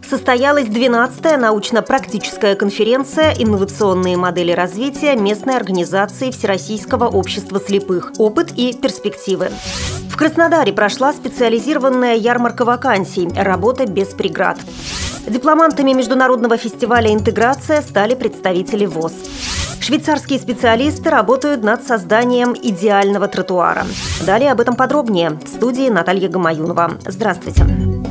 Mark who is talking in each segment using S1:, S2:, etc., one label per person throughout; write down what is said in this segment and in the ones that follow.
S1: Состоялась 12-я научно-практическая конференция «Инновационные модели развития местной организации Всероссийского общества слепых. Опыт и перспективы». В Краснодаре прошла специализированная ярмарка вакансий «Работа без преград». Дипломантами международного фестиваля «Интеграция» стали представители ВОС. Швейцарские специалисты работают над созданием идеального тротуара. Далее об этом подробнее. В студии Наталья Гамаюнова. Здравствуйте.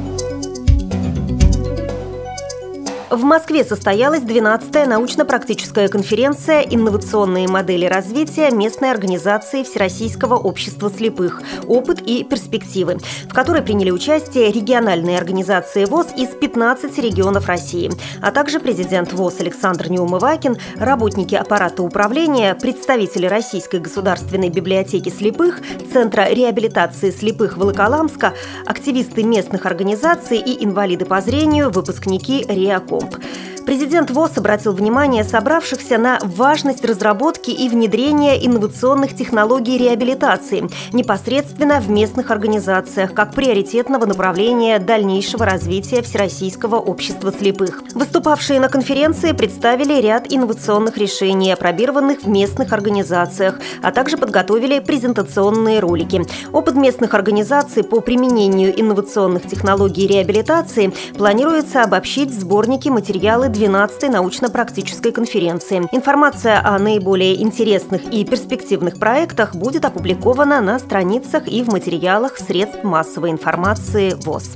S1: В Москве состоялась 12-я научно-практическая конференция «Инновационные модели развития местной организации Всероссийского общества слепых. Опыт и перспективы», в которой приняли участие региональные организации ВОС из 15 регионов России, а также президент ВОС Александр Неумывакин, работники аппарата управления, представители Российской государственной библиотеки слепых, Центра реабилитации слепых Волоколамска, активисты местных организаций и инвалиды по зрению, выпускники РИАКОМП. Президент ВОС обратил внимание собравшихся на важность разработки и внедрения инновационных технологий реабилитации непосредственно в местных организациях как приоритетного направления дальнейшего развития Всероссийского общества слепых. Выступавшие на конференции представили ряд инновационных решений, опробированных в местных организациях, а также подготовили презентационные ролики. Опыт местных организаций по применению инновационных технологий реабилитации планируется обобщить в сборнике «Материалы 12-й научно-практической конференции». Информация о наиболее интересных и перспективных проектах будет опубликована на страницах и в материалах средств массовой информации ВОС.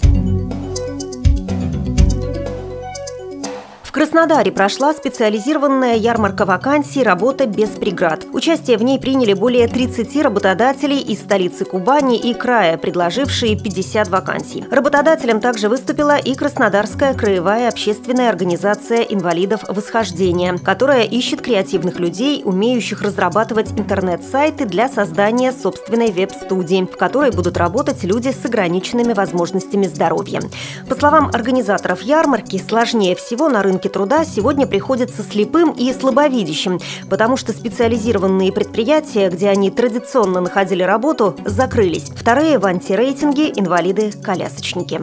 S1: В Краснодаре прошла специализированная ярмарка вакансий «Работа без преград». Участие в ней приняли более 30 работодателей из столицы Кубани и края, предложившие 50 вакансий. Работодателем также выступила и Краснодарская краевая общественная организация инвалидов «Восхождение», которая ищет креативных людей, умеющих разрабатывать интернет-сайты для создания собственной веб-студии, в которой будут работать люди с ограниченными возможностями здоровья. По словам организаторов ярмарки, сложнее всего на рынке труда сегодня приходится слепым и слабовидящим, потому что специализированные предприятия, где они традиционно находили работу, закрылись. Вторые в антирейтинге – инвалиды-колясочники.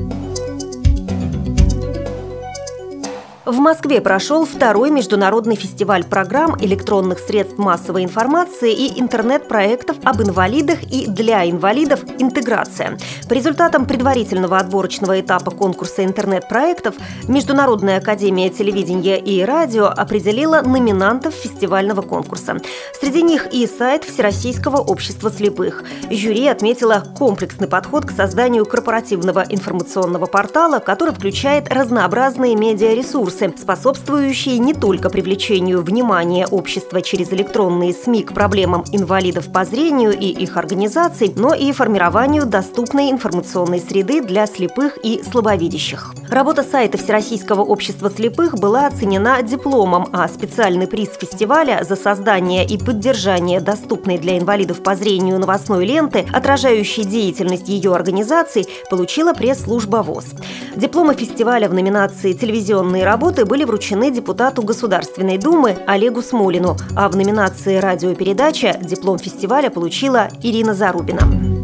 S1: В Москве прошел второй международный фестиваль программ электронных средств массовой информации и интернет-проектов об инвалидах и для инвалидов «Интеграция». По результатам предварительного отборочного этапа конкурса интернет-проектов Международная академия телевидения и радио определила номинантов фестивального конкурса. Среди них и сайт Всероссийского общества слепых. Жюри отметило комплексный подход к созданию корпоративного информационного портала, который включает разнообразные медиаресурсы, способствующие не только привлечению внимания общества через электронные СМИ к проблемам инвалидов по зрению и их организаций, но и формированию доступной информационной среды для слепых и слабовидящих. Работа сайта Всероссийского общества слепых была оценена дипломом, а специальный приз фестиваля за создание и поддержание доступной для инвалидов по зрению новостной ленты, отражающей деятельность ее организаций, получила пресс-служба ВОС. Дипломы фестиваля в номинации «Телевизионные работы» были вручены депутату Государственной Думы Олегу Смолину, а в номинации «Радиопередача» диплом фестиваля получила Ирина Зарубина.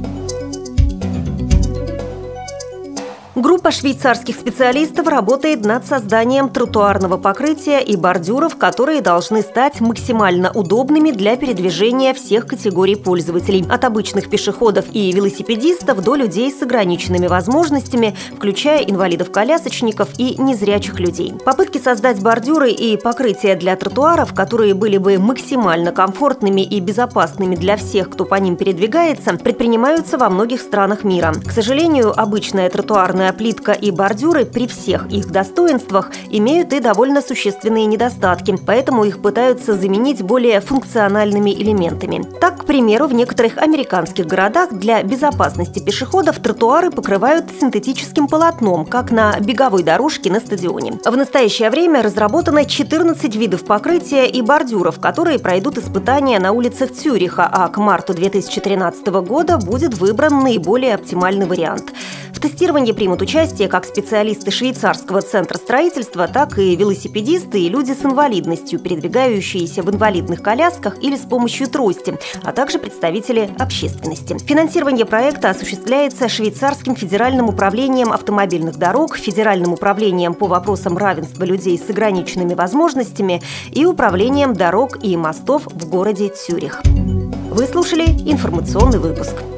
S1: Группа швейцарских специалистов работает над созданием тротуарного покрытия и бордюров, которые должны стать максимально удобными для передвижения всех категорий пользователей, от обычных пешеходов и велосипедистов до людей с ограниченными возможностями, включая инвалидов-колясочников и незрячих людей. Попытки создать бордюры и покрытия для тротуаров, которые были бы максимально комфортными и безопасными для всех, кто по ним передвигается, предпринимаются во многих странах мира. К сожалению, обычная тротуарная плитка и бордюры при всех их достоинствах имеют и довольно существенные недостатки, поэтому их пытаются заменить более функциональными элементами. Так, к примеру, в некоторых американских городах для безопасности пешеходов тротуары покрывают синтетическим полотном, как на беговой дорожке на стадионе. В настоящее время разработано 14 видов покрытия и бордюров, которые пройдут испытания на улицах Цюриха, а к марту 2013 года будет выбран наиболее оптимальный вариант. В тестировании примут участие как специалисты швейцарского центра строительства, так и велосипедисты и люди с инвалидностью, передвигающиеся в инвалидных колясках или с помощью трости, а также представители общественности. Финансирование проекта осуществляется Швейцарским федеральным управлением автомобильных дорог, Федеральным управлением по вопросам равенства людей с ограниченными возможностями и Управлением дорог и мостов в городе Цюрих. Вы слушали информационный выпуск.